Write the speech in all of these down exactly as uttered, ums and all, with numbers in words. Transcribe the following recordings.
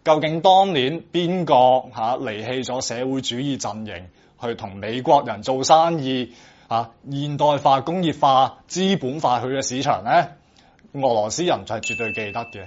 究竟當年邊個嚇離棄咗社會主義陣營，去同美國人做生意嚇、啊、現代化、工業化、資本化佢嘅市場呢？俄羅斯人就係絕對記得嘅。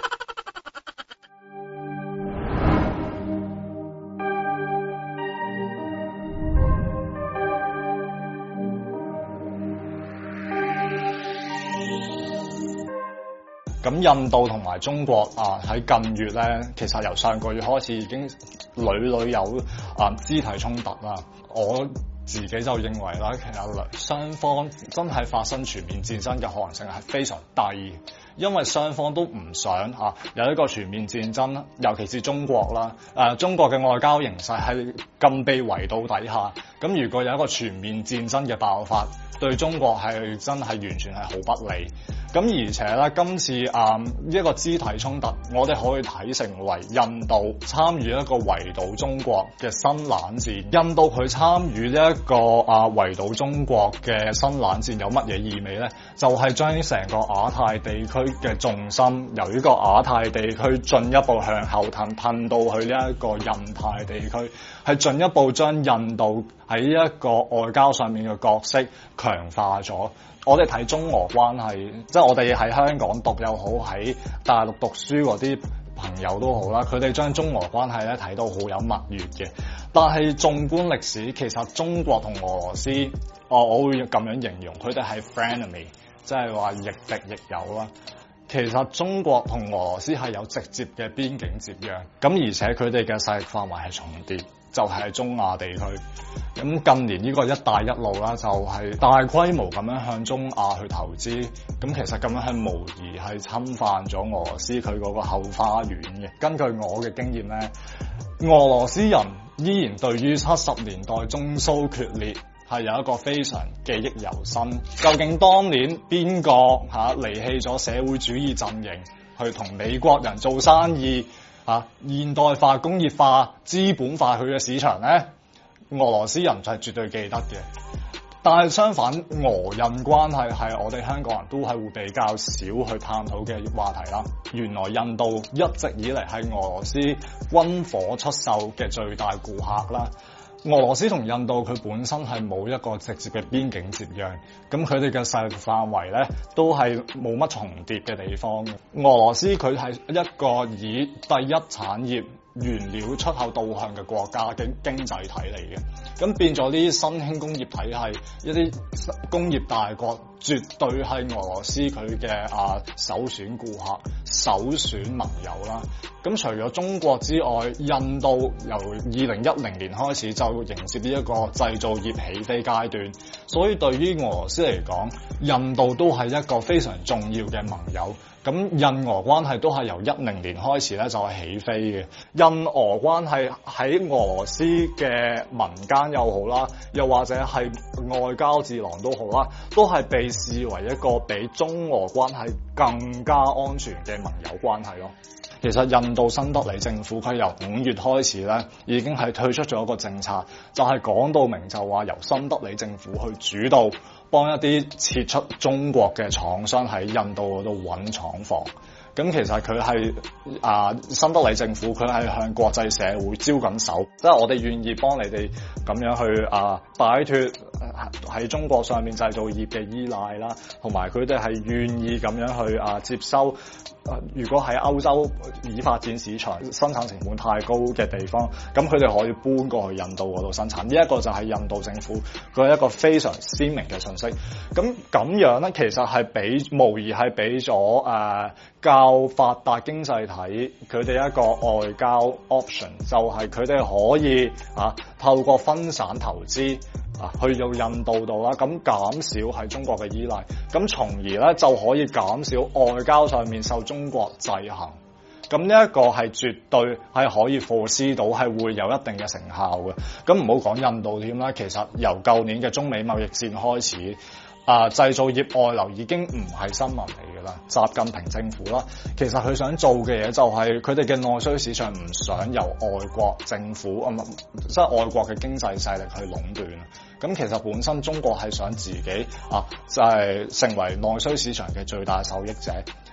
咁印度同埋中國啊，喺近月咧，其實由上個月開始已經屢屢有啊肢體衝突啦。我自己就認為啦，其實雙方真係發生全面戰爭嘅可能性係非常低，因為雙方都唔想啊有一個全面戰爭，尤其是中國啦。誒、啊，中國嘅外交形勢係咁被圍堵底下，咁如果有一個全面戰爭嘅爆發，對中國係真係完全係好不利。咁而且咧，今次啊、嗯、一個肢體衝突，我哋可以睇成為印度參與一個圍堵中國嘅新冷戰。印度佢參與呢一個啊圍堵中國嘅新冷戰有乜嘢意味咧？就係將成個亞太地區嘅重心由呢個亞太地區進一步向後褪，褪到去呢一個印太地區，係進一步將印度喺一個外交上面嘅角色強化咗。我哋睇中俄關係，即係我哋喺香港讀又好，喺大陸讀書嗰啲朋友都好啦，佢哋將中俄關係咧睇到好有蜜月嘅。但係縱觀歷史，其實中國同俄羅斯，哦，我會咁樣形容，佢哋係 frenemy， 即係話亦敵亦友啦。其實中國同俄羅斯係有直接嘅邊境接壤，咁而且佢哋嘅勢力範圍係重疊，就係中亞地區。咁近年呢個一帶一路啦，就係大規模咁樣向中亞去投資，咁其實咁樣係無疑係侵犯咗俄羅斯佢嗰個後花園嘅。根據我嘅經驗咧，俄羅斯人依然對於七十年代中蘇決裂係有一個非常記憶猶新。究竟當年邊個嚇離棄咗社會主義陣營，去同美國人做生意嚇、啊、現代化、工業化、資本化佢嘅市場呢？俄羅斯人就係絕對記得嘅。但係相反，俄印關係係我哋香港人都係會比較少去探討嘅話題啦。原來印度一直以嚟係俄羅斯軍火出售嘅最大顧客啦。俄羅斯同印度佢本身係冇一個直接嘅邊境接壤，咁佢哋嘅勢力範圍咧都係冇乜重疊嘅地方。俄羅斯佢係一個以第一產業原料出口導向嘅國家嘅經濟體嚟嘅，咁變咗呢啲新興工業體系，一啲工業大國絕對係俄羅斯佢嘅啊首選顧客、首選盟友啦。咁除咗中國之外，印度由二零一零年開始就迎接呢一個製造業起飛階段，所以對於俄羅斯嚟講，印度都係一個非常重要嘅盟友。咁印俄關係都係由一零年開始咧就係起飛嘅。印俄關係喺俄羅斯嘅民間又好啦，又或者係外交智囊都好啦，都係被視為一個比中俄關係更加安全嘅盟友關係咯。其實印度新德里政府佢由五月開始咧，已經係推出咗一個政策，就係講到明就話由新德里政府去主導幫一啲撤出中國嘅廠商喺印度嗰度揾廠房。咁其實佢係啊新德里政府佢係向國際社會招緊手，即係我哋願意幫你哋咁樣去啊擺脫喺中國上面製造業嘅依賴啦，同埋佢哋係願意咁樣去啊接收啊如果喺歐洲已發展市場生產成本太高嘅地方，咁佢哋可以搬過去印度嗰度生產。呢一個就係印度政府佢係一個非常鮮明嘅信息。咁咁樣咧，其實係俾無疑係俾咗誒較發達經濟體佢哋一個外交 option， 就係佢哋可以啊透過分散投資啊去到印度度啦，咁減少喺中國嘅依賴，咁從而咧就可以減少外交上面受中國制衡。咁呢一個係絕對係可以 foresee 到係會有一定嘅成效嘅。咁唔好講印度添啦，其實由舊年嘅中美貿易戰開始，啊製造業外流已經唔係新聞嚟㗎啦。習近平政府啦，其實佢想做嘅嘢就係佢哋嘅內需市場唔想由外國政府啊，即係外國嘅經濟勢力去壟斷。咁其實本身中國係想自己啊，就係成為內需市場嘅最大受益者。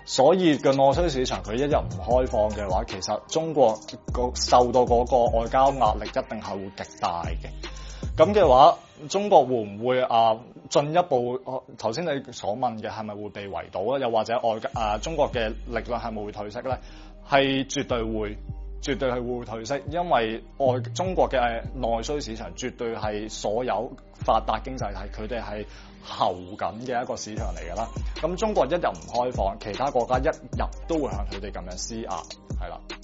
所以嘅內需市場佢一日唔開放嘅話，其實中國個受到嗰個外交壓力一定係會極大嘅。咁嘅話，中國會唔會啊進一步？頭先你所問嘅係咪會被圍堵咧？又或者外啊中國嘅力量係咪會退色咧？係絕對會，絕對係會退色，因為外中國嘅內需市場絕對係所有發達經濟體佢哋係候緊嘅一個市場嚟㗎啦。咁中國一日唔開放，其他國家一日都會向佢哋咁樣施壓，係啦。